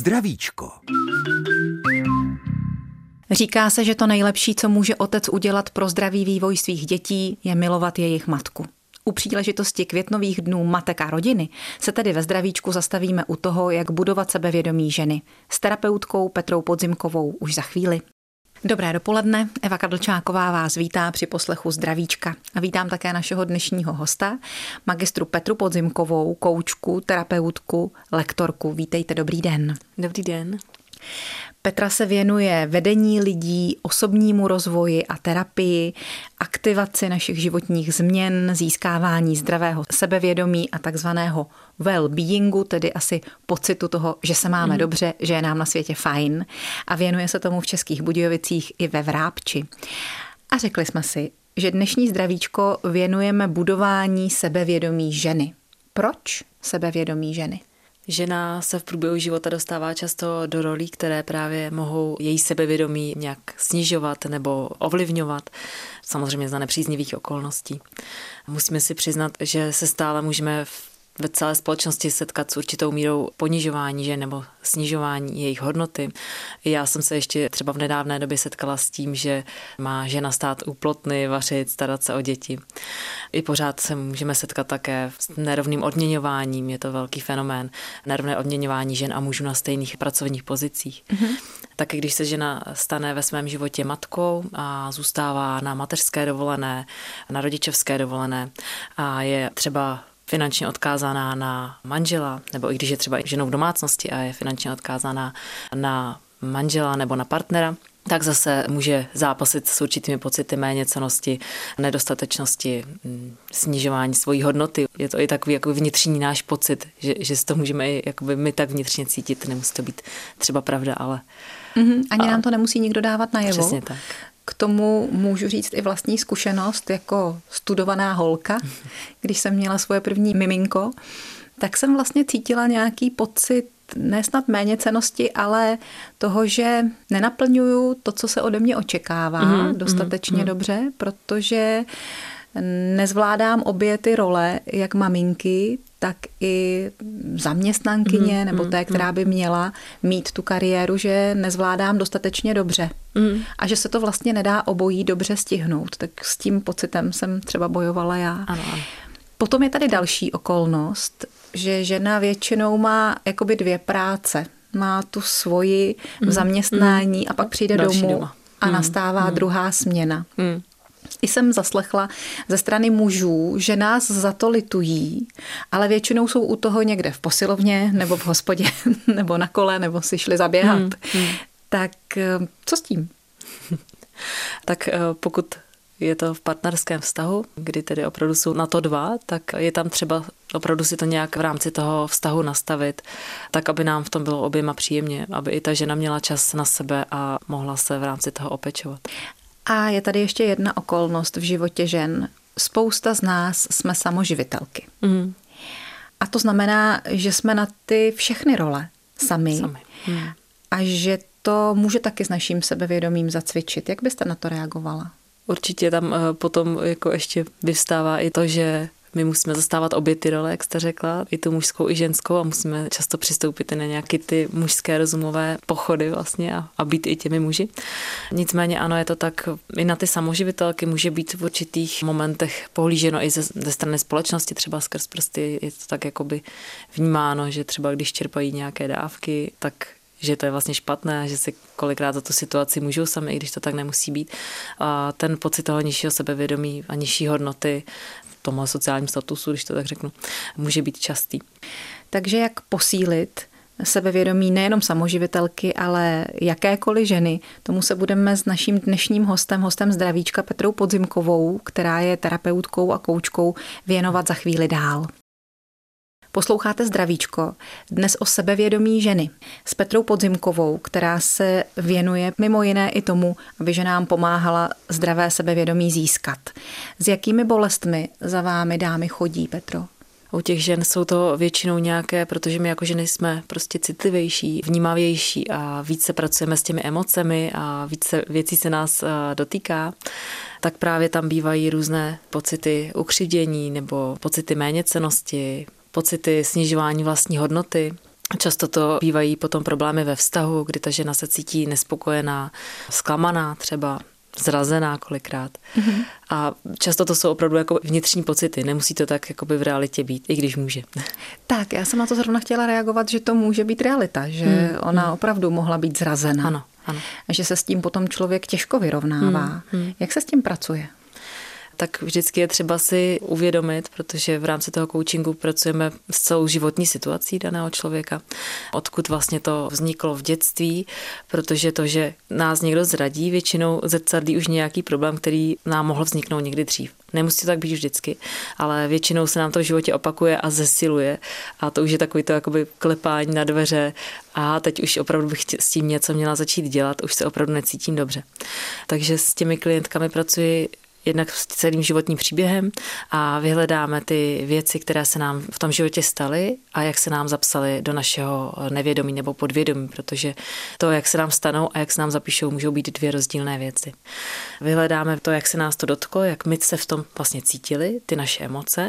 Zdravíčko. Říká se, že to nejlepší, co může otec udělat pro zdravý vývoj svých dětí, je milovat jejich matku. U příležitosti květnových dnů matek a rodiny se tedy ve Zdravíčku zastavíme u toho, jak budovat sebevědomí ženy. S terapeutkou Petrou Podzimkovou už za chvíli. Dobré dopoledne, Eva Kadlčáková vás vítá při poslechu Zdravíčka. A vítám také našeho dnešního hosta, magistru Petru Podzimkovou, koučku, terapeutku, lektorku. Vítejte, dobrý den. Dobrý den. Petra se věnuje vedení lidí, osobnímu rozvoji a terapii, aktivaci našich životních změn, získávání zdravého sebevědomí a takzvaného well-beingu, tedy asi pocitu toho, že se máme dobře, že je nám na světě fajn. A věnuje se tomu v Českých Budějovicích i ve Vrápči. A řekli jsme si, že dnešní Zdravíčko věnujeme budování sebevědomí ženy. Proč sebevědomí ženy? Žena se v průběhu života dostává často do rolí, které právě mohou její sebevědomí nějak snižovat nebo ovlivňovat, samozřejmě za nepříznivých okolností. Musíme si přiznat, že se stále můžeme ve celé společnosti setkat s určitou mírou ponižování žen nebo snižování jejich hodnoty. Já jsem se ještě třeba v nedávné době setkala s tím, že má žena stát u plotny, vařit, starat se o děti. I pořád se můžeme setkat také s nerovným odměňováním, je to velký fenomén, nerovné odměňování žen a mužů na stejných pracovních pozicích. Taky když se žena stane ve svém životě matkou a zůstává na mateřské dovolené, na rodičovské dovolené a je třeba finančně odkázaná na manžela, nebo i když je třeba ženou v domácnosti a je finančně odkázaná na manžela nebo na partnera, tak zase může zápasit s určitými pocity méněcennosti, nedostatečnosti, snižování svojí hodnoty. Je to i takový jako vnitřní náš pocit, že si to můžeme i jakoby my tak vnitřně cítit. Nemusí to být třeba pravda, ale... Ani nám to nemusí nikdo dávat najevo. Přesně tak. K tomu můžu říct i vlastní zkušenost jako studovaná holka. Když jsem měla svoje první miminko, tak jsem vlastně cítila nějaký pocit nesnad méněcennosti, ale toho, že nenaplňuju to, co se ode mě očekává dostatečně dobře, protože nezvládám obě ty role, jak maminky, tak i zaměstnankyně, nebo té, která by měla mít tu kariéru, že nezvládám dostatečně dobře. A že se to vlastně nedá obojí dobře stihnout. Tak s tím pocitem jsem třeba bojovala já. Ano. Potom je tady další okolnost, že žena většinou má jakoby dvě práce. Má tu svoji v zaměstnání a pak přijde domů a nastává druhá směna. I jsem zaslechla ze strany mužů, že nás za to litují, ale většinou jsou u toho někde v posilovně, nebo v hospodě, nebo na kole, nebo si šli zaběhat. Tak co s tím? Tak pokud je to v partnerském vztahu, kdy tedy opravdu jsou na to dva, tak je tam třeba opravdu si to nějak v rámci toho vztahu nastavit, tak aby nám v tom bylo oběma příjemně, aby i ta žena měla čas na sebe a mohla se v rámci toho opečovat. A je tady ještě jedna okolnost v životě žen. Spousta z nás jsme samoživitelky. A to znamená, že jsme na ty všechny role sami. A že to může taky s naším sebevědomím zacvičit. Jak byste na to reagovala? Určitě tam potom jako ještě vyvstává i to, že my musíme zastávat obě ty role, jak jste řekla, i tu mužskou, i ženskou a musíme často přistoupit i na nějaké ty mužské rozumové pochody vlastně a být i těmi muži. Nicméně ano, je to tak, i na ty samoživitelky může být v určitých momentech pohlíženo i ze strany společnosti, třeba skrz prsty je to tak jakoby vnímáno, že třeba když čerpají nějaké dávky, tak že to je vlastně špatné, že si kolikrát za tu situaci můžou sami, i když to tak nemusí být. A ten pocit toho nižšího sebevědomí a nižší hodnoty v tomhle sociálním statusu, když to tak řeknu, může být častý. Takže jak posílit sebevědomí nejenom samoživitelky, ale jakékoliv ženy, tomu se budeme s naším dnešním hostem Zdravíčka Petrou Podzimkovou, která je terapeutkou a koučkou, věnovat za chvíli dál. Posloucháte Zdravíčko, dnes o sebevědomí ženy s Petrou Podzimkovou, která se věnuje mimo jiné i tomu, aby ženám pomáhala zdravé sebevědomí získat. S jakými bolestmi za vámi dámy chodí, Petro? U těch žen jsou to většinou nějaké, protože my jako ženy jsme prostě citlivější, vnímavější a více pracujeme s těmi emocemi a více věcí se nás dotýká, tak právě tam bývají různé pocity ukřivdění nebo pocity méněcennosti, pocity snižování vlastní hodnoty. Často to bývají potom problémy ve vztahu, kdy ta žena se cítí nespokojená, zklamaná třeba, zrazená kolikrát. Mm-hmm. A často to jsou opravdu jako vnitřní pocity. Nemusí to tak jakoby v realitě být, i když může. Tak, já jsem na to zrovna chtěla reagovat, že to může být realita, že ona opravdu mohla být zrazená. Ano, ano. A že se s tím potom člověk těžko vyrovnává. Jak se s tím pracuje? Tak vždycky je třeba si uvědomit, protože v rámci toho coachingu pracujeme s celou životní situací daného člověka, odkud vlastně to vzniklo v dětství, protože to, že nás někdo zradí, většinou zrcadlí už nějaký problém, který nám mohl vzniknout někdy dřív. Nemusí to tak být vždycky, ale většinou se nám to v životě opakuje a zesiluje a to už je takový to jakoby klepání na dveře a teď už opravdu bych s tím něco měla začít dělat, už se opravdu necítím dobře. Takže s těmi klientkami pracuji jednak s celým životním příběhem a vyhledáme ty věci, které se nám v tom životě staly a jak se nám zapsaly do našeho nevědomí nebo podvědomí, protože to, jak se nám stanou a jak se nám zapíšou, můžou být dvě rozdílné věci. Vyhledáme to, jak se nás to dotklo, jak my se v tom vlastně cítili, ty naše emoce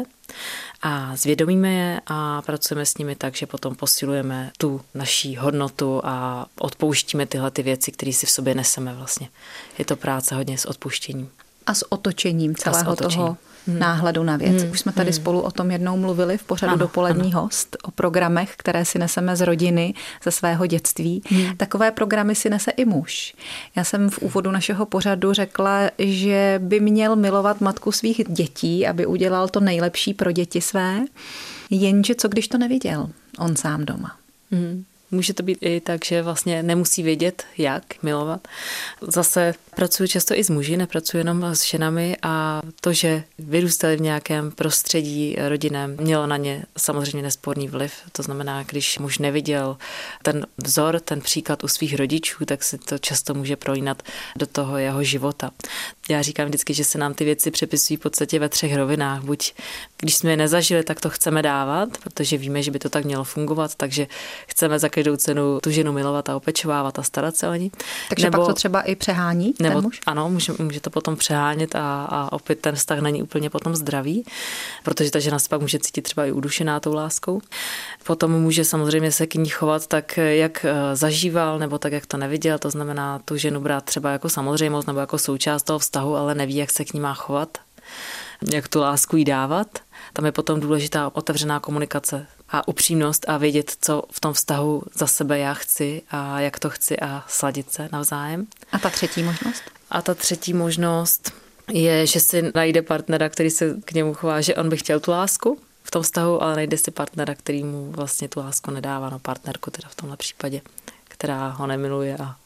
a zvědomíme je a pracujeme s nimi tak, že potom posilujeme tu naší hodnotu a odpouštíme tyhle ty věci, které si v sobě neseme vlastně. Je to práce hodně s odpuštěním. A s otočením celého toho náhledu na věc. Už jsme tady spolu o tom jednou mluvili v pořadu Dopolední host, o programech, které si neseme z rodiny, ze svého dětství. Takové programy si nese i muž. Já jsem v úvodu našeho pořadu řekla, že by měl milovat matku svých dětí, aby udělal to nejlepší pro děti své, jenže co když to neviděl on sám doma. Může to být i tak, že vlastně nemusí vědět, jak milovat. Zase pracuji často i s muži, nepracuji jenom s ženami a to, že vyrůstali v nějakém prostředí rodinném, mělo na ně samozřejmě nesporný vliv. To znamená, když muž neviděl ten vzor, ten příklad u svých rodičů, tak se to často může prolínat do toho jeho života. Já říkám vždycky, že se nám ty věci přepisují v podstatě ve 3 rovinách. Buď když jsme je nezažili, tak to chceme dávat, protože víme, že by to tak mělo fungovat, takže chceme za každou cenu tu ženu milovat a opečovávat a starat se o ní. Takže pak to třeba i přehání ten muž? Ano, může to potom přehánět a opět ten vztah není úplně potom zdravý, protože ta žena se pak může cítit třeba i udušená tou láskou. Potom může samozřejmě se k ní chovat tak, jak zažíval, nebo tak, jak to neviděl, to znamená tu ženu brát třeba jako samozřejmost nebo jako součást toho vztahu, ale neví, jak se k ní má chovat, jak tu lásku jí dávat. Tam je potom důležitá otevřená komunikace a upřímnost a vědět, co v tom vztahu za sebe já chci a jak to chci a sladit se navzájem. A ta třetí možnost? A ta třetí možnost je, že si najde partnera, který se k němu chová, že on by chtěl tu lásku v tom vztahu, ale najde si partnera, který mu vlastně tu lásku nedává, no partnerku teda v tomhle případě, která ho nemiluje a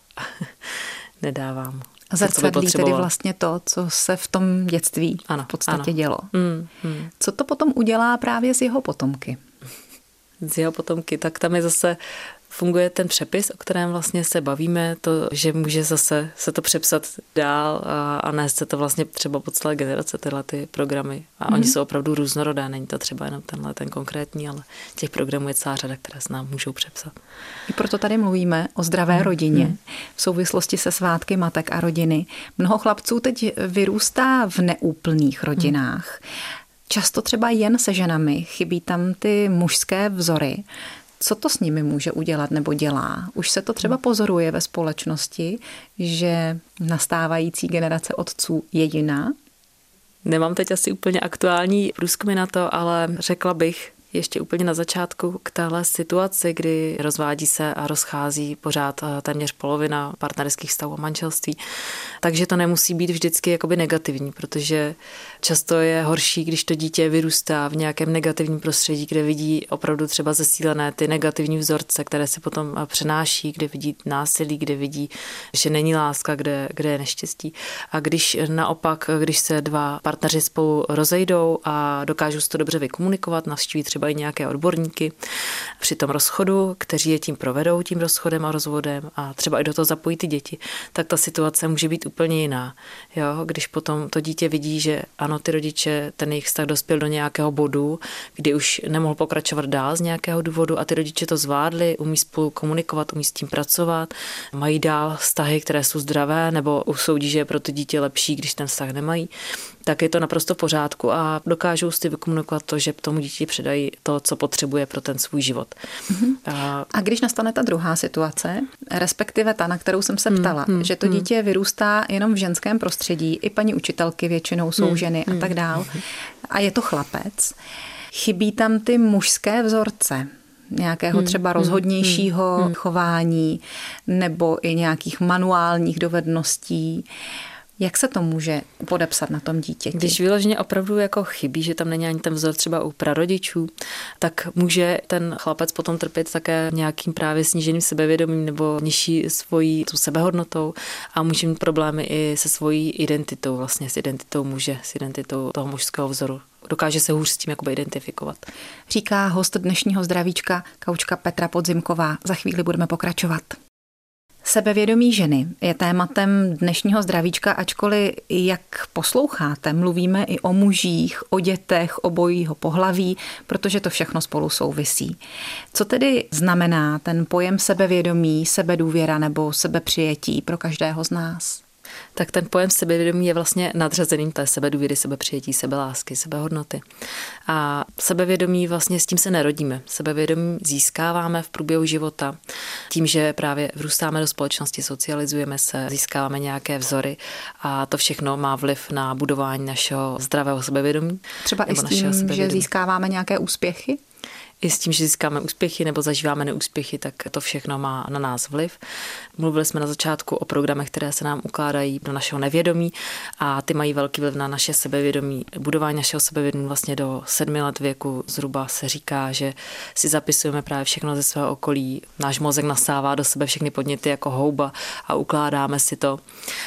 nedává mu. Zrcadlí tedy vlastně to, co se v tom dětství v podstatě dělo. Co to potom udělá právě z jeho potomky? Z jeho potomky, tak tam je zase funguje ten přepis, o kterém vlastně se bavíme, to, že může zase se to přepsat dál a nést se to vlastně třeba po celé generace tyhle ty programy. A oni jsou opravdu různorodé, není to třeba jenom ten konkrétní, ale těch programů je celá řada, které se nám můžou přepsat. I proto tady mluvíme o zdravé rodině v souvislosti se svátky matek a rodiny. Mnoho chlapců teď vyrůstá v neúplných rodinách. Často třeba jen se ženami, chybí tam ty mužské vzory. Co to s nimi může udělat nebo dělá? Už se to třeba pozoruje ve společnosti, že nastávající generace otců je jiná? Nemám teď asi úplně aktuální průzkumy na to, ale řekla bych ještě úplně na začátku k téhle situaci, kdy rozvádí se a rozchází pořád téměř polovina partnerských vztahů a manželství. Takže to nemusí být vždycky jakoby negativní, protože často je horší, když to dítě vyrůstá v nějakém negativním prostředí, kde vidí opravdu třeba zesílené ty negativní vzorce, které se potom přenáší, kde vidí násilí, kde vidí, že není láska, kde je neštěstí. A když naopak, když se dva partneři spolu rozejdou a dokážou si to dobře vykomunikovat, navštíví třeba i nějaké odborníky při tom rozchodu, kteří je tím provedou, tím rozchodem a rozvodem a třeba i do toho zapojí ty děti, tak ta situace může být úplně jiná. Jo? Když potom to dítě vidí, že ano, ty rodiče, ten jejich vztah dospěl do nějakého bodu, kdy už nemohl pokračovat dál z nějakého důvodu a ty rodiče to zvládli, umí spolu komunikovat, umí s tím pracovat, mají dál vztahy, které jsou zdravé, nebo usoudí, že je pro to dítě lepší, když ten vztah nemají, tak je to naprosto v pořádku a dokážou si vykomunikovat to, že tomu dítě předají to, co potřebuje pro ten svůj život. A když nastane ta druhá situace, respektive ta, na kterou jsem se ptala, že to dítě vyrůstá jenom v ženském prostředí, i paní učitelky většinou jsou ženy a tak dál, a je to chlapec, chybí tam ty mužské vzorce, nějakého třeba rozhodnějšího chování nebo i nějakých manuálních dovedností. Jak se to může podepsat na tom dítěti? Když vyloženě opravdu jako chybí, že tam není ani ten vzor třeba u prarodičů, tak může ten chlapec potom trpět také nějakým právě sníženým sebevědomím nebo nižší svojí tu sebehodnotou a může mít problémy i se svojí identitou, vlastně s identitou muže, s identitou toho mužského vzoru. Dokáže se hůř s tím jakoby identifikovat. Říká host dnešního zdravíčka, kaučka Petra Podzimková. Za chvíli budeme pokračovat. Sebevědomí ženy je tématem dnešního zdravíčka, ačkoliv jak posloucháte, mluvíme i o mužích, o dětech, obojího pohlaví, protože to všechno spolu souvisí. Co tedy znamená ten pojem sebevědomí, sebedůvěra nebo sebepřijetí pro každého z nás? Tak ten pojem sebevědomí je vlastně nadřazeným té sebedůvěry, sebepřijetí, sebelásky, sebehodnoty. A sebevědomí vlastně s tím se nerodíme. Sebevědomí získáváme v průběhu života tím, že právě vrůstáme do společnosti, socializujeme se, získáváme nějaké vzory a to všechno má vliv na budování našeho zdravého sebevědomí. Třeba i s tím, že získáváme nějaké úspěchy? I s tím, že získáme úspěchy nebo zažíváme neúspěchy, tak to všechno má na nás vliv. Mluvili jsme na začátku o programech, které se nám ukládají do našeho nevědomí a ty mají velký vliv na naše sebevědomí. Budování našeho sebevědomí vlastně do 7 let věku zhruba se říká, že si zapisujeme právě všechno ze svého okolí. Náš mozek nasává do sebe všechny podněty jako houba a ukládáme si to.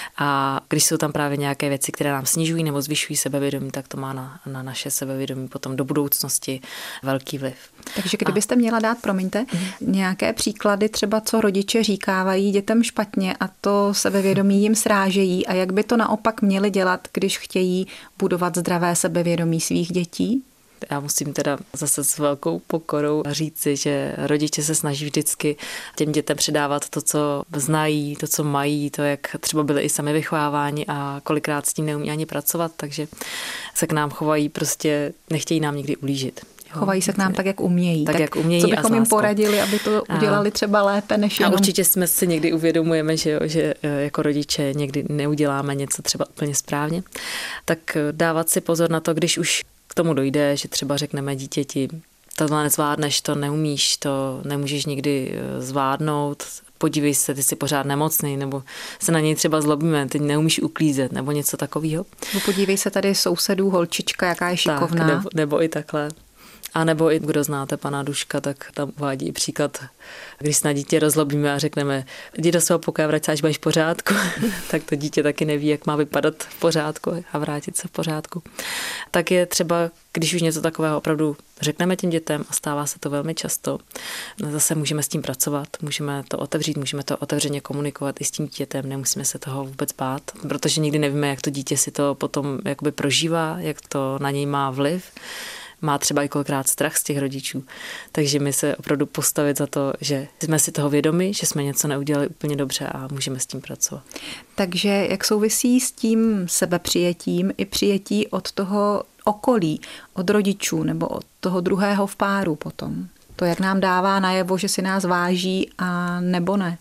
A když jsou tam právě nějaké věci, které nám snižují nebo zvyšují sebevědomí, tak to má na naše sebevědomí potom do budoucnosti velký vliv. Takže kdybyste měla dát, promiňte, nějaké příklady třeba, co rodiče říkávají dětem špatně a to sebevědomí jim srážejí a jak by to naopak měli dělat, když chtějí budovat zdravé sebevědomí svých dětí? Já musím teda zase s velkou pokorou říci, že rodiče se snaží vždycky těm dětem předávat to, co znají, to, co mají, to, jak třeba byli i sami vychováváni a kolikrát s tím neumí ani pracovat, takže se k nám chovají, prostě nechtějí nám nikdy ulížit. Chovají se k nám tak, jak umějí. Tak jak umějí. Co bychom jim poradili, aby to udělali třeba lépe než jenom... A určitě jsme si někdy uvědomujeme, že jako rodiče někdy neuděláme něco třeba úplně správně. Tak dávat si pozor na to, když už k tomu dojde, že třeba řekneme dítěti, tohle nezvládneš, to neumíš, to nemůžeš nikdy zvládnout, podívej se, ty jsi pořád nemocný, nebo se na něj třeba zlobíme, ty neumíš uklízet, nebo něco takového. Podívej se tady sousedů, holčička, jaká je šikovná. Tak, nebo i takhle. A nebo i kdo znáte pana Duška, tak tam uvádí příklad, když se na dítě rozlobíme a řekneme, jdi do svého pokoje, vrať se, až budeš v pořádku, tak to dítě taky neví, jak má vypadat v pořádku a vrátit se v pořádku. Tak je třeba, když už něco takového opravdu řekneme těm dětem a stává se to velmi často, zase můžeme s tím pracovat, můžeme to otevřít, můžeme to otevřeně komunikovat i s tím dítětem, nemusíme se toho vůbec bát, protože nikdy nevíme, jak to dítě si to potom jakoby prožívá, jak to na něj má vliv. Má třeba i kolikrát strach z těch rodičů. Takže my se opravdu postavit za to, že jsme si toho vědomi, že jsme něco neudělali úplně dobře a můžeme s tím pracovat. Takže jak souvisí s tím sebepřijetím i přijetí od toho okolí, od rodičů nebo od toho druhého v páru potom? To, jak nám dává najevo, že si nás váží a nebo ne?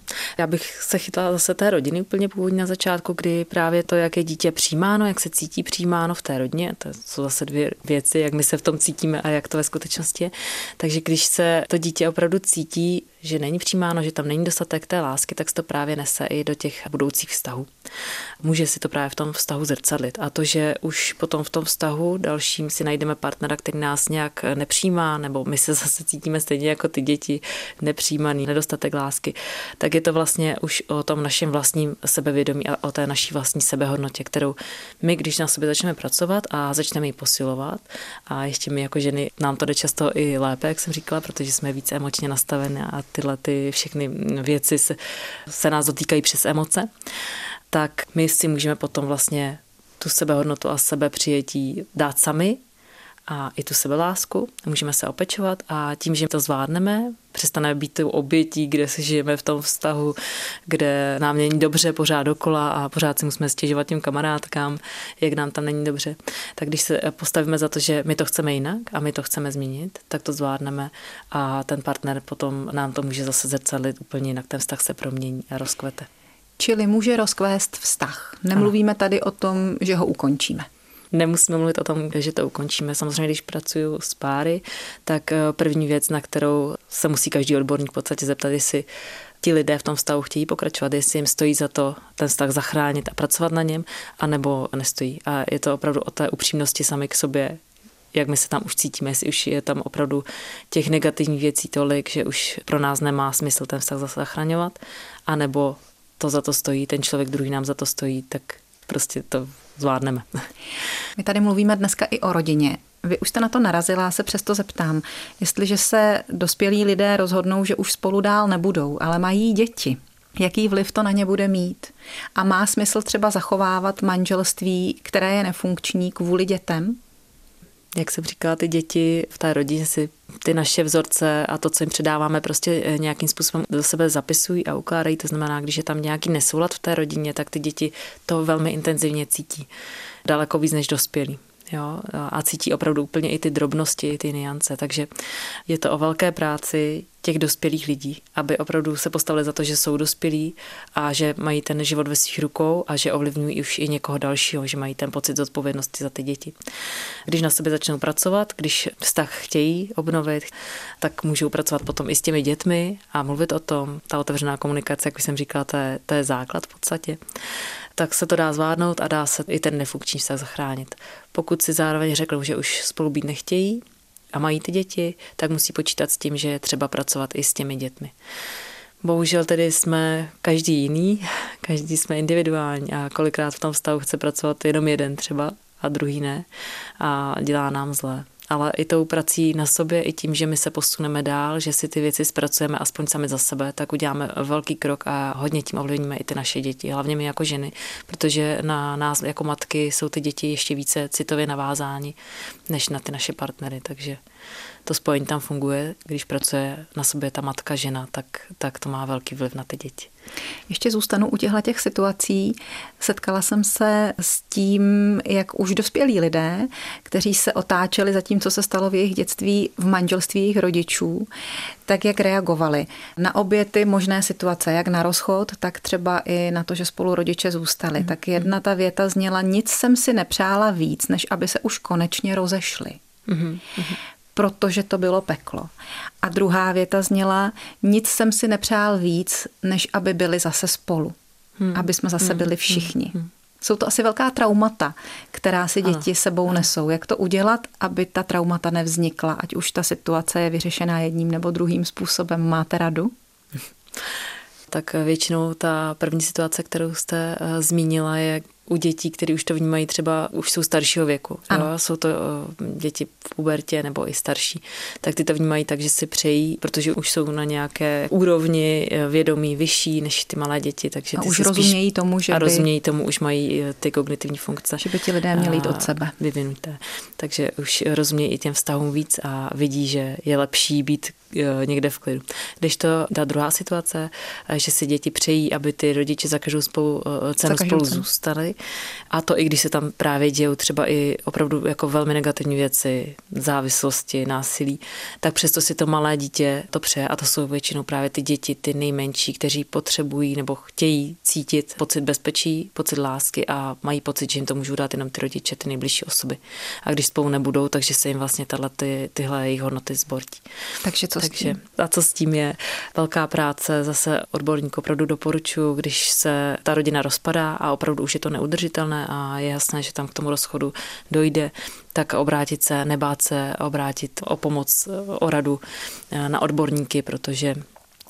Já bych se chytla zase té rodiny úplně původně na začátku, kdy právě to, jak je dítě přijímáno, jak se cítí přijímáno v té rodině, to jsou zase dvě věci, jak my se v tom cítíme a jak to ve skutečnosti je. Takže když se to dítě opravdu cítí, že není přijímáno, že tam není dostatek té lásky, tak se to právě nese i do těch budoucích vztahů. Může si to právě v tom vztahu zrcadlit. A to, že už potom v tom vztahu dalším si najdeme partnera, který nás nějak nepřijímá, nebo my se zase cítíme stejně jako ty děti, nepřijímaný, nedostatek lásky, tak je to vlastně už o tom našem vlastním sebevědomí a o té naší vlastní sebehodnotě, kterou my, když na sobě začneme pracovat a začneme ji posilovat, a ještě my jako ženy, nám to jde často i lépe, jak jsem říkala, protože jsme více emočně nastavené a tyhle ty všechny věci se nás dotýkají přes emoce, tak my si můžeme potom vlastně tu sebehodnotu a sebepřijetí dát sami a i tu sebelásku, můžeme se opečovat a tím, že to zvládneme, přestaneme být tou obětí, kde si žijeme v tom vztahu, kde nám není dobře pořád dokola a pořád si musíme stěžovat těm kamarádkám, jak nám tam není dobře. Tak když se postavíme za to, že my to chceme jinak a my to chceme změnit, tak to zvládneme a ten partner potom nám to může zase zrcadlit úplně jinak, ten vztah se promění a rozkvete. Čili může rozkvést vztah. Nemluvíme tady o tom, že ho ukončíme. Nemusíme mluvit o tom, že to ukončíme. Samozřejmě, když pracuju s páry, tak první věc, na kterou se musí každý odborník v podstatě zeptat, jestli ti lidé v tom vztahu chtějí pokračovat, jestli jim stojí za to ten vztah zachránit a pracovat na něm, anebo nestojí. A je to opravdu o té upřímnosti sami k sobě, jak my se tam už cítíme, jestli už je tam opravdu těch negativních věcí tolik, že už pro nás nemá smysl ten vztah zachraňovat, anebo to za to stojí, ten člověk druhý nám za to stojí, tak prostě to zvládneme. My tady mluvíme dneska i o rodině. Vy už jste na to narazila, se přesto zeptám, jestliže se dospělí lidé rozhodnou, že už spolu dál nebudou, ale mají děti, jaký vliv to na ně bude mít? A má smysl třeba zachovávat manželství, které je nefunkční kvůli dětem? Jak jsem říkala, ty děti v té rodině si ty naše vzorce a to, co jim předáváme, prostě nějakým způsobem do sebe zapisují a ukládají. To znamená, když je tam nějaký nesoulad v té rodině, tak ty děti to velmi intenzivně cítí. Daleko víc než dospělí. Jo? A cítí opravdu úplně i ty drobnosti, i ty nuance. Takže je to o velké práci těch dospělých lidí, aby opravdu se postavili za to, že jsou dospělí a že mají ten život ve svých rukou a že ovlivňují už i někoho dalšího, že mají ten pocit zodpovědnosti za ty děti. Když na sobě začnou pracovat, když vztah chtějí obnovit, tak můžou pracovat potom i s těmi dětmi a mluvit o tom. Ta otevřená komunikace, jak už jsem říkala, to je základ v podstatě. Tak se to dá zvládnout a dá se i ten nefunkční vztah zachránit. Pokud si zároveň řeknou, že už spolu být nechtějí a mají ty děti, tak musí počítat s tím, že je třeba pracovat i s těmi dětmi. Bohužel tedy jsme každý jiný, každý jsme individuální a kolikrát v tom vztahu chce pracovat jenom jeden třeba a druhý ne a dělá nám zlé. Ale i tou prací na sobě, i tím, že my se posuneme dál, že si ty věci zpracujeme aspoň sami za sebe, tak uděláme velký krok a hodně tím ovlivníme i ty naše děti, hlavně my jako ženy, protože na nás jako matky jsou ty děti ještě více citově navázáni než na ty naše partnery, takže to spojení tam funguje, když pracuje na sobě ta matka, žena, tak to má velký vliv na ty děti. Ještě zůstanu u těch situací. Setkala jsem se s tím, jak už dospělí lidé, kteří se otáčeli za tím, co se stalo v jejich dětství v manželství jejich rodičů, tak jak reagovali na obě ty možné situace, jak na rozchod, tak třeba i na to, že spolu rodiče zůstali. Tak jedna ta věta zněla, nic jsem si nepřála víc, než aby se už konečně rozešli. Protože to bylo peklo. A druhá věta zněla, nic jsem si nepřál víc, než aby byli zase spolu. Aby jsme zase byli všichni. Jsou to asi velká traumata, která si děti sebou nesou. Jak to udělat, aby ta traumata nevznikla, ať už ta situace je vyřešená jedním nebo druhým způsobem. Máte radu? Tak většinou ta první situace, kterou jste zmínila, je u dětí, které už to vnímají třeba, už jsou staršího věku. Jo? Jsou to děti v pubertě nebo i starší. Tak ty to vnímají tak, že si přejí, protože už jsou na nějaké úrovni vědomí vyšší než ty malé děti. Takže a ty už rozumějí tomu, že rozumějí tomu, už mají ty kognitivní funkce. Že by ti lidé měli jít od sebe. Vyvinuté. Takže už rozumějí i těm vztahům víc a vidí, že je lepší být někde v klidu. Když to ta druhá situace, že si děti přejí, aby ty rodiče za každou cenu spolu zůstali. A to i když se tam právě dějou třeba i opravdu jako velmi negativní věci, závislosti, násilí, tak přesto si to malé dítě to přeje a to jsou většinou právě ty děti, ty nejmenší, kteří potřebují nebo chtějí cítit pocit bezpečí, pocit lásky a mají pocit, že jim to můžou dát jenom ty rodiče, ty nejbližší osoby. A když spolu nebudou, takže se jim vlastně tyhle jejich hodnoty zbortí. Takže co s tím je velká práce, zase odborník opravdu doporučuji, když se ta rodina rozpadá a opravdu už je to neudržitelné a je jasné, že tam k tomu rozchodu dojde, tak obrátit se, nebát se, obrátit o pomoc, o radu na odborníky, protože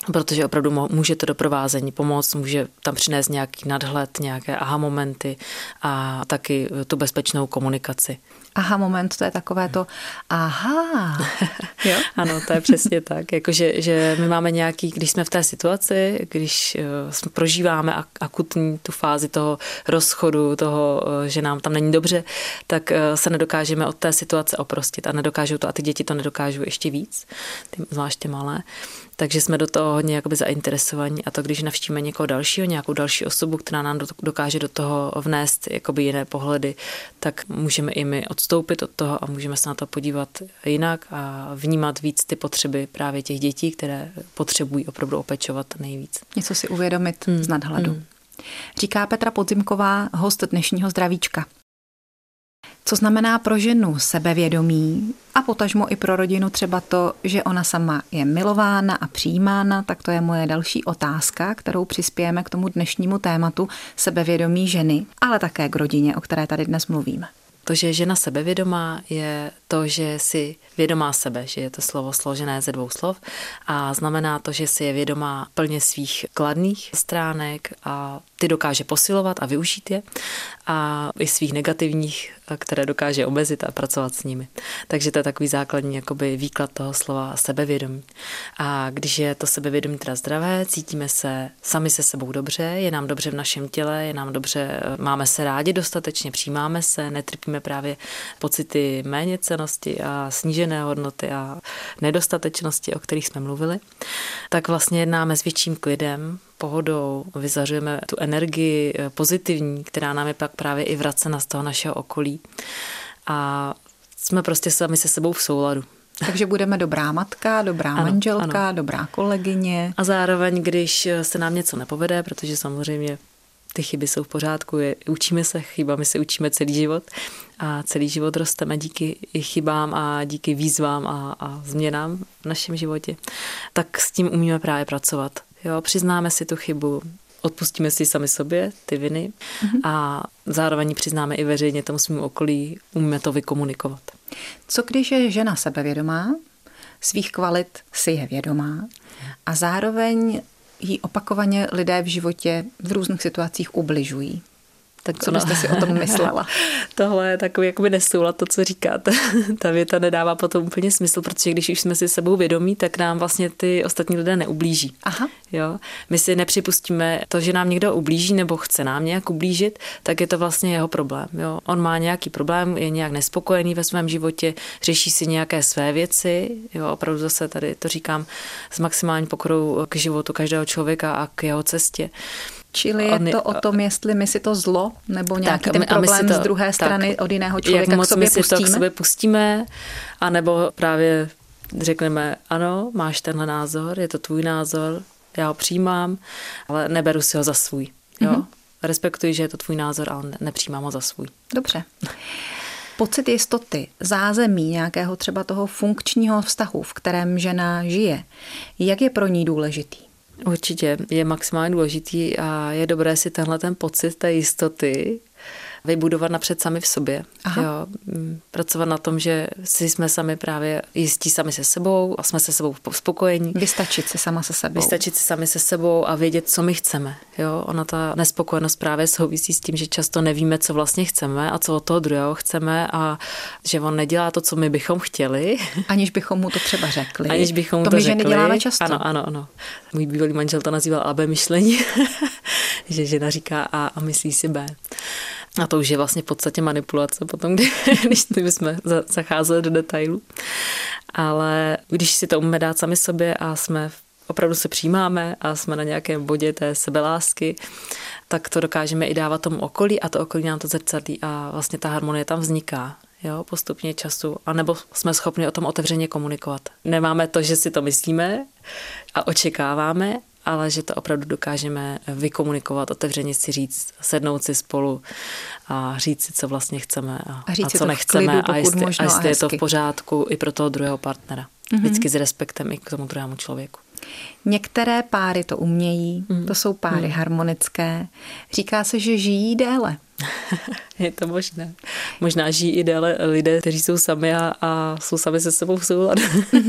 protože opravdu může to doprovázení pomoct, může tam přinést nějaký nadhled, nějaké aha momenty a taky tu bezpečnou komunikaci. Aha moment, to je takové to aha. Jo? Ano, to je přesně tak. Jakože, že my máme nějaký, když jsme v té situaci, když prožíváme akutní tu fázi toho rozchodu, toho, že nám tam není dobře, tak se nedokážeme od té situace oprostit a nedokážou to, a ty děti to nedokážou ještě víc, zvláště malé. Takže jsme do toho hodně jakoby zainteresovaní a to, když navštívíme někoho dalšího, nějakou další osobu, která nám dokáže do toho vnést jakoby jiné pohledy, tak můžeme i my odstoupit od toho a můžeme se na to podívat jinak a vnímat víc ty potřeby právě těch dětí, které potřebují opravdu opečovat nejvíc. Něco si uvědomit z nadhledu. Říká Petra Podzimková, host dnešního Zdravíčka. Co znamená pro ženu sebevědomí a potažmo i pro rodinu třeba to, že ona sama je milována a přijímána, tak to je moje další otázka, kterou přispějeme k tomu dnešnímu tématu sebevědomí ženy, ale také k rodině, o které tady dnes mluvíme. To, že je žena sebevědomá, je to, že si vědomá sebe, že je to slovo složené ze 2 slov a znamená to, že si je vědomá plně svých kladných stránek a ty dokáže posilovat a využít je a i svých negativních, které dokáže omezit a pracovat s nimi. Takže to je takový základní jakoby výklad toho slova sebevědomí. A když je to sebevědomí teda zdravé, cítíme se sami se sebou dobře, je nám dobře v našem těle, je nám dobře, máme se rádi dostatečně, přijímáme se, netrpíme právě pocity méněcennosti a snížené hodnoty a nedostatečnosti, o kterých jsme mluvili, tak vlastně jednáme s větším klidem, pohodou, vyzařujeme tu energii pozitivní, která nám je pak právě i vracena z toho našeho okolí. A jsme prostě sami se sebou v souladu. Takže budeme dobrá matka, dobrá manželka, dobrá kolegyně. A zároveň, když se nám něco nepovede, protože samozřejmě ty chyby jsou v pořádku, učíme se chybami, se učíme celý život a celý život rosteme díky chybám a díky výzvám a změnám v našem životě, tak s tím umíme právě pracovat. Jo, přiznáme si tu chybu, odpustíme si sami sobě ty viny a zároveň přiznáme i veřejně tomu svému okolí, umíme to vykomunikovat. Co když je žena sebevědomá, svých kvalit si je vědomá a zároveň jí opakovaně lidé v životě v různých situacích ubližují? Tak co byste si o tom myslela? Tohle je takový jakoby nesoulad, to, co říkáte. Ta věta nedává potom úplně smysl, protože když už jsme si sebou vědomí, tak nám vlastně ty ostatní lidé neublíží. Aha. Jo? My si nepřipustíme to, že nám někdo ublíží nebo chce nám nějak ublížit, tak je to vlastně jeho problém. Jo? On má nějaký problém, je nějak nespokojený ve svém životě, řeší si nějaké své věci. Jo? Opravdu zase tady to říkám s maximální pokorou k životu každého člověka a k jeho cestě. Čili je to o tom, jestli my si to zlo nebo nějaký ten problém z druhé strany od jiného člověka k sobě pustíme. Jak moc my si to k sobě pustíme, anebo právě řekneme, ano, máš tenhle názor, je to tvůj názor, já ho přijímám, ale neberu si ho za svůj. Jo? Respektuji, že je to tvůj názor, ale nepřijímám ho za svůj. Dobře. Pocit jistoty, zázemí nějakého třeba toho funkčního vztahu, v kterém žena žije, jak je pro ní důležitý? Určitě je maximálně důležitý a je dobré si tenhle ten pocit té jistoty vybudovat napřed sami v sobě. Jo, pracovat na tom, že si jsme sami právě jistí sami se sebou a jsme se sebou spokojení. Vystačit si sama se sebou. Vystačit si sami se sebou a vědět, co my chceme. Jo, ona ta nespokojenost právě souvisí s tím, že často nevíme, co vlastně chceme a co od toho druhého chceme a že on nedělá to, co my bychom chtěli. Aniž bychom mu to třeba řekli. Aniž bychom mu to řekli. řekli. To my ženy děláme často. Ano. Můj bývalý manžel to nazýval AB myšlení, že žena říká A a myslí si B. A to už je vlastně v podstatě manipulace potom, když jsme zacházeli do detailů. Ale když si to umíme dát sami sobě a jsme opravdu se přijímáme a jsme na nějakém bodě té sebelásky, tak to dokážeme i dávat tomu okolí a to okolí nám to zrcadlí a vlastně ta harmonie tam vzniká. Jo, postupně času, anebo jsme schopni o tom otevřeně komunikovat. Nemáme to, že si to myslíme a očekáváme, ale že to opravdu dokážeme vykomunikovat, otevřeně si říct, sednout si spolu a říct si, co vlastně chceme a co nechceme klidu, a jestli je to v hezky. pořádku i pro toho druhého partnera. Vždycky s respektem i k tomu druhému člověku. Některé páry to umějí, to jsou páry harmonické. Říká se, že žijí déle. Je to možné. Možná žijí i déle lidé, kteří jsou sami a jsou sami se sebou v souladu.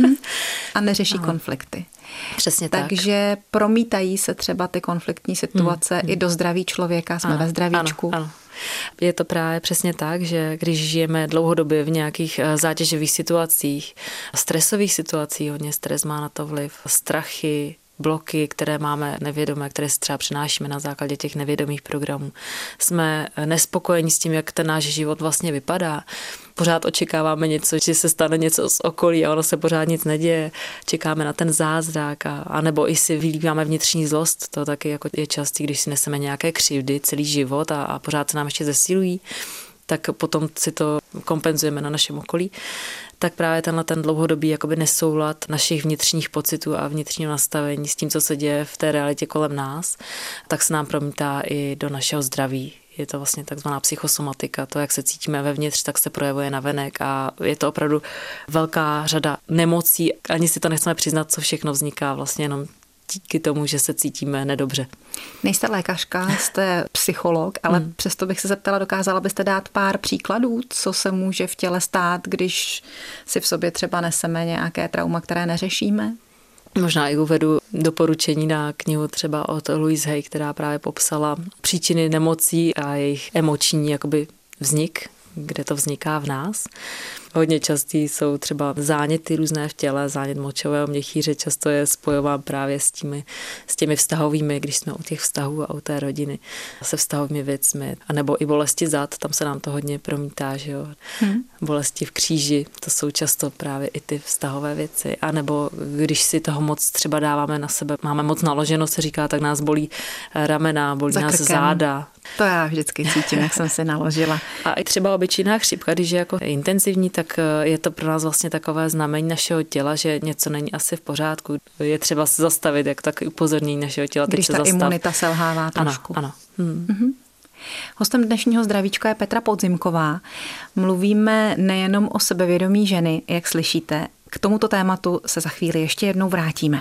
A neřeší konflikty. Přesně tak. Takže promítají se třeba ty konfliktní situace i do zdraví člověka, jsme ve zdravíčku. Ano. Je to právě přesně tak, že když žijeme dlouhodobě v nějakých zátěžových situacích, stresových situacích, hodně stres má na to vliv, strachy, bloky, které máme nevědomé, které si třeba přinášíme na základě těch nevědomých programů. Jsme nespokojeni s tím, jak ten náš život vlastně vypadá. Pořád očekáváme něco, že se stane něco z okolí a ono se pořád nic neděje. Čekáme na ten zázrak a nebo i si vylíváme vnitřní zlost. To taky jako je častý, když si neseme nějaké křivdy celý život a pořád se nám ještě zesilují, tak potom si to kompenzujeme na našem okolí. Tak právě ten dlouhodobý jakoby nesoulad našich vnitřních pocitů a vnitřního nastavení s tím, co se děje v té realitě kolem nás, tak se nám promítá i do našeho zdraví. Je to vlastně takzvaná psychosomatika. To, jak se cítíme vevnitř, tak se projevuje navenek a je to opravdu velká řada nemocí. Ani si to nechceme přiznat, co všechno vzniká vlastně jenom díky tomu, že se cítíme nedobře. Nejste lékařka, jste psycholog, ale přesto bych se zeptala, dokázala byste dát pár příkladů, co se může v těle stát, když si v sobě třeba neseme nějaké trauma, které neřešíme? Možná i uvedu doporučení na knihu třeba od Louise Hay, která právě popsala příčiny nemocí a jejich emoční jakoby vznik, kde to vzniká v nás. Hodně častý jsou třeba záněty různé v těle, zánět močového měchýře, často je spojován právě s těmi vztahovými, když jsme u těch vztahů a u té rodiny, se vztahovými věcmi. A nebo i bolesti zad, tam se nám to hodně promítá, že jo. Bolesti v kříži, to jsou často právě i ty vztahové věci. A nebo když si toho moc třeba dáváme na sebe, máme moc naloženo, se říká, tak nás bolí ramena, bolí nás záda. To já vždycky cítím, jak jsem si naložila. A i třeba obyčejná chřipka, když je jako intenzivní, tak je to pro nás vlastně takové znamení našeho těla, že něco není asi v pořádku. Je třeba se zastavit, jak tak upozornění našeho těla. Když ta imunita selhává trošku. Ano. Hostem dnešního zdravíčka je Petra Podzimková. Mluvíme nejenom o sebevědomí ženy, jak slyšíte. K tomuto tématu se za chvíli ještě jednou vrátíme.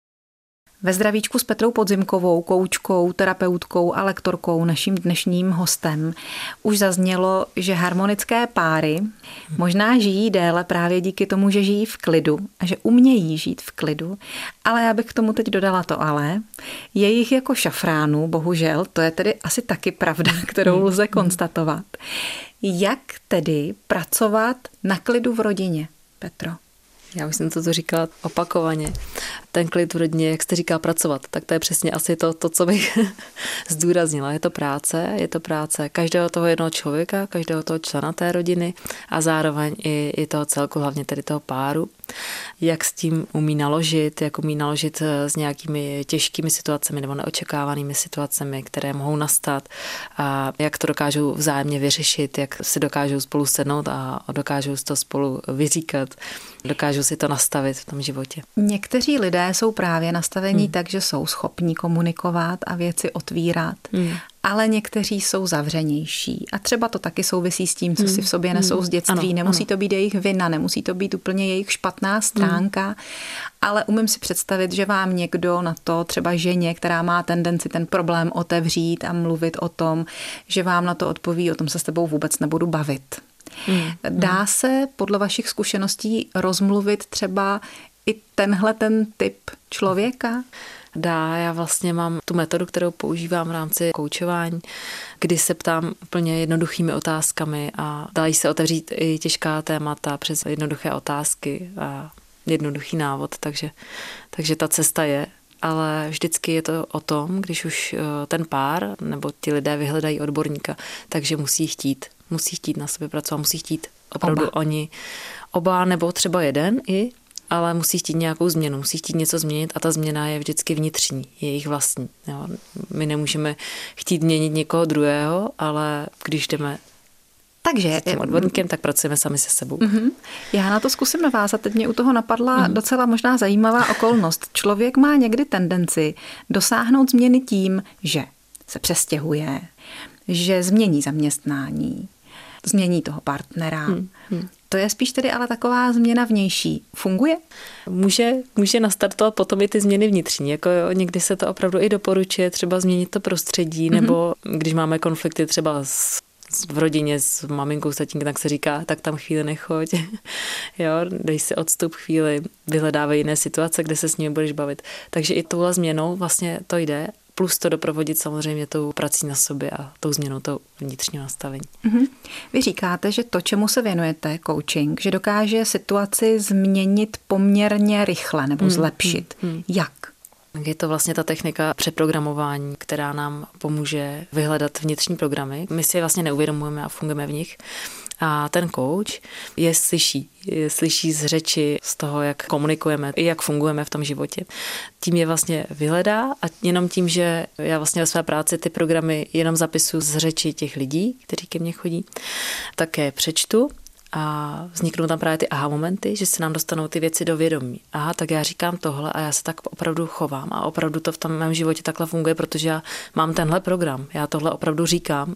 Ve zdravíčku s Petrou Podzimkovou, koučkou, terapeutkou a lektorkou, naším dnešním hostem, už zaznělo, že harmonické páry možná žijí déle právě díky tomu, že žijí v klidu a že umějí žít v klidu, ale já bych k tomu teď dodala to ale. Je jich jako šafránů, bohužel, to je tedy asi taky pravda, kterou lze konstatovat. Jak tedy pracovat na klidu v rodině, Petro? Já už jsem to říkala opakovaně. Ten klid v rodině, jak jste říká, pracovat, tak to je přesně asi to co bych zdůraznila. Je to práce každého toho jednoho člověka, každého toho člena té rodiny a zároveň i toho celku, hlavně tedy toho páru. Jak s tím umí naložit, jak umí naložit s nějakými těžkými situacemi nebo neočekávanými situacemi, které mohou nastat a jak to dokážou vzájemně vyřešit, jak si dokážou spolu sednout a dokážou si to spolu vyříkat, dokážou si to nastavit v tom životě. Někteří lidé jsou právě nastavení tak, že jsou schopní komunikovat a věci otvírat, ale někteří jsou zavřenější. A třeba to taky souvisí s tím, co si v sobě nesou z dětství. Nemusí to být jejich vina, nemusí to být úplně jejich špatná stránka, ale umím si představit, že vám někdo na to, třeba ženě, která má tendenci ten problém otevřít a mluvit o tom, že vám na to odpoví, o tom se s tebou vůbec nebudu bavit. Dá se podle vašich zkušeností rozmluvit třeba i tenhle ten typ člověka? Dá, já vlastně mám tu metodu, kterou používám v rámci koučování, kdy se ptám úplně jednoduchými otázkami a dají se otevřít i těžká témata přes jednoduché otázky a jednoduchý návod, takže ta cesta je. Ale vždycky je to o tom, když už ten pár nebo ti lidé vyhledají odborníka, takže musí chtít na sobě pracovat, musí chtít opravdu oni oba nebo třeba jeden ale musí chtít nějakou změnu, musí chtít něco změnit a ta změna je vždycky vnitřní, je jejich vlastní. Jo. My nemůžeme chtít měnit někoho druhého, ale když jdeme s tím odborníkem, tak pracujeme sami se sebou. Já na to zkusím navázat. Teď mě u toho napadla docela možná zajímavá okolnost. Člověk má někdy tendenci dosáhnout změny tím, že se přestěhuje, že změní zaměstnání, změní toho partnera, To je spíš tedy ale taková změna vnější. Funguje? Může nastartovat potom i ty změny vnitřní. Jako jo, někdy se to opravdu i doporučuje, třeba změnit to prostředí, nebo když máme konflikty třeba v rodině s maminkou, s tatínkem, tak se říká, tak tam chvíli nechoď. Jo, dej si odstup chvíli, vyhledávej jiné situace, kde se s nimi budeš bavit. Takže i touhle změnou vlastně to jde, plus to doprovodit samozřejmě tou prací na sobě a tou změnou toho vnitřního nastavení. Vy říkáte, že to, čemu se věnujete, coaching, že dokáže situaci změnit poměrně rychle nebo zlepšit. Jak? Je to vlastně ta technika přeprogramování, která nám pomůže vyhledat vnitřní programy. My si je vlastně neuvědomujeme a fungujeme v nich. A ten coach je slyší z řeči, z toho, jak komunikujeme, i jak fungujeme v tom životě. Tím je vlastně vyhledá a jenom tím, že já vlastně ve své práci ty programy jenom zapisuju z řeči těch lidí, kteří ke mně chodí, také přečtu. A vzniknou tam právě ty aha momenty, že se nám dostanou ty věci do vědomí. Aha, tak já říkám tohle a já se tak opravdu chovám a opravdu to v tom mém životě takhle funguje, protože já mám tenhle program, já tohle opravdu říkám.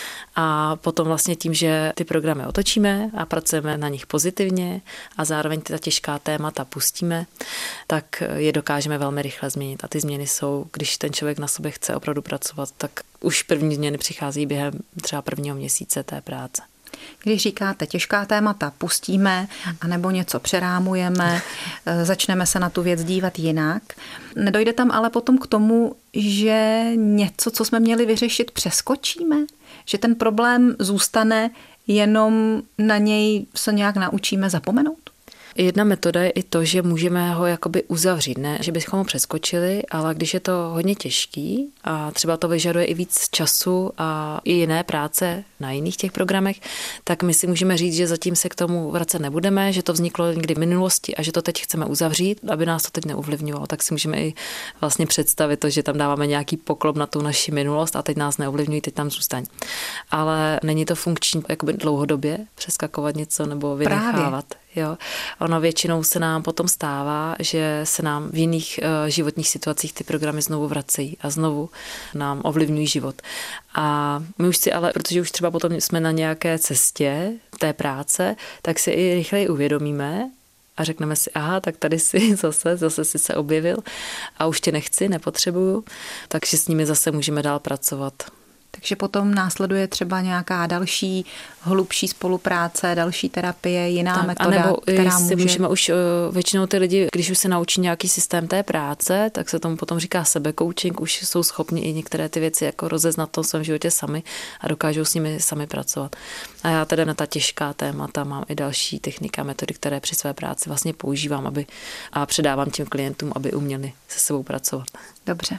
A potom vlastně tím, že ty programy otočíme a pracujeme na nich pozitivně a zároveň ta těžká témata pustíme, tak je dokážeme velmi rychle změnit. A ty změny jsou, když ten člověk na sobě chce opravdu pracovat, tak už první změny přichází během třeba prvního měsíce té práce. Když říkáte těžká témata pustíme, anebo něco přerámujeme, začneme se na tu věc dívat jinak, nedojde tam ale potom k tomu, že něco, co jsme měli vyřešit, přeskočíme? Že ten problém zůstane, jenom na něj se nějak naučíme zapomenout? Jedna metoda je i to, že můžeme ho jakoby uzavřít, ne, že bychom ho přeskočili, ale když je to hodně těžký a třeba to vyžaduje i víc času a i jiné práce na jiných těch programech, tak my si můžeme říct, že zatím se k tomu vracet nebudeme, že to vzniklo někdy v minulosti a že to teď chceme uzavřít, aby nás to teď neovlivňovalo. Tak si můžeme i vlastně představit to, že tam dáváme nějaký poklop na tu naši minulost a teď nás neovlivňují, teď tam zůstaň. Ale není to funkční jakoby dlouhodobě přeskakovat něco nebo vynechávat. Jo. Ono většinou se nám potom stává, že se nám v jiných životních situacích ty programy znovu vracejí a znovu nám ovlivňují život. A my už si ale, protože už třeba potom jsme na nějaké cestě té práce, tak si i rychleji uvědomíme a řekneme si, aha, tak tady si zase si se objevil a už tě nechci, nepotřebuju, takže s nimi zase můžeme dál pracovat. Takže potom následuje třeba nějaká další hlubší spolupráce, další terapie, jiná metoda, která může... můžeme už většinou ty lidi, když už se naučí nějaký systém té práce, tak se tomu potom říká sebekoučing, už jsou schopni i některé ty věci jako rozeznat v tom svém životě sami a dokážou s nimi sami pracovat. A já teda na ta těžká témata mám i další techniky a metody, které při své práci vlastně používám a předávám těm klientům, aby uměli se sebou pracovat. Dobře.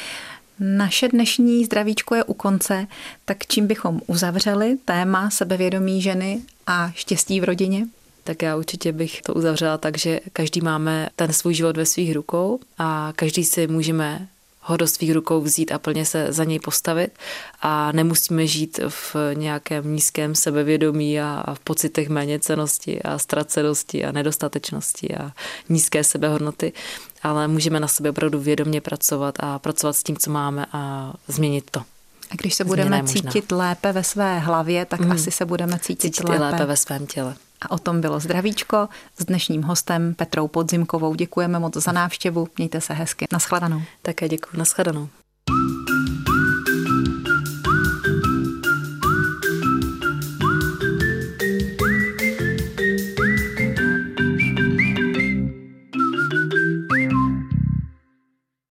Naše dnešní zdravíčko je u konce, tak čím bychom uzavřeli téma sebevědomí ženy a štěstí v rodině? Tak já určitě bych to uzavřela tak, že každý máme ten svůj život ve svých rukou a každý si můžeme ho do svých rukou vzít a plně se za něj postavit a nemusíme žít v nějakém nízkém sebevědomí a v pocitech méněcennosti a ztracenosti a nedostatečnosti a nízké sebehodnoty, ale můžeme na sobě opravdu vědomě pracovat a pracovat s tím, co máme a změnit to. A když se budeme cítit lépe ve své hlavě, tak asi se budeme cítit lépe ve svém těle. A o tom bylo zdravíčko s dnešním hostem Petrou Podzimkovou. Děkujeme moc za návštěvu, mějte se hezky. Naschledanou. Také děkuji, naschledanou.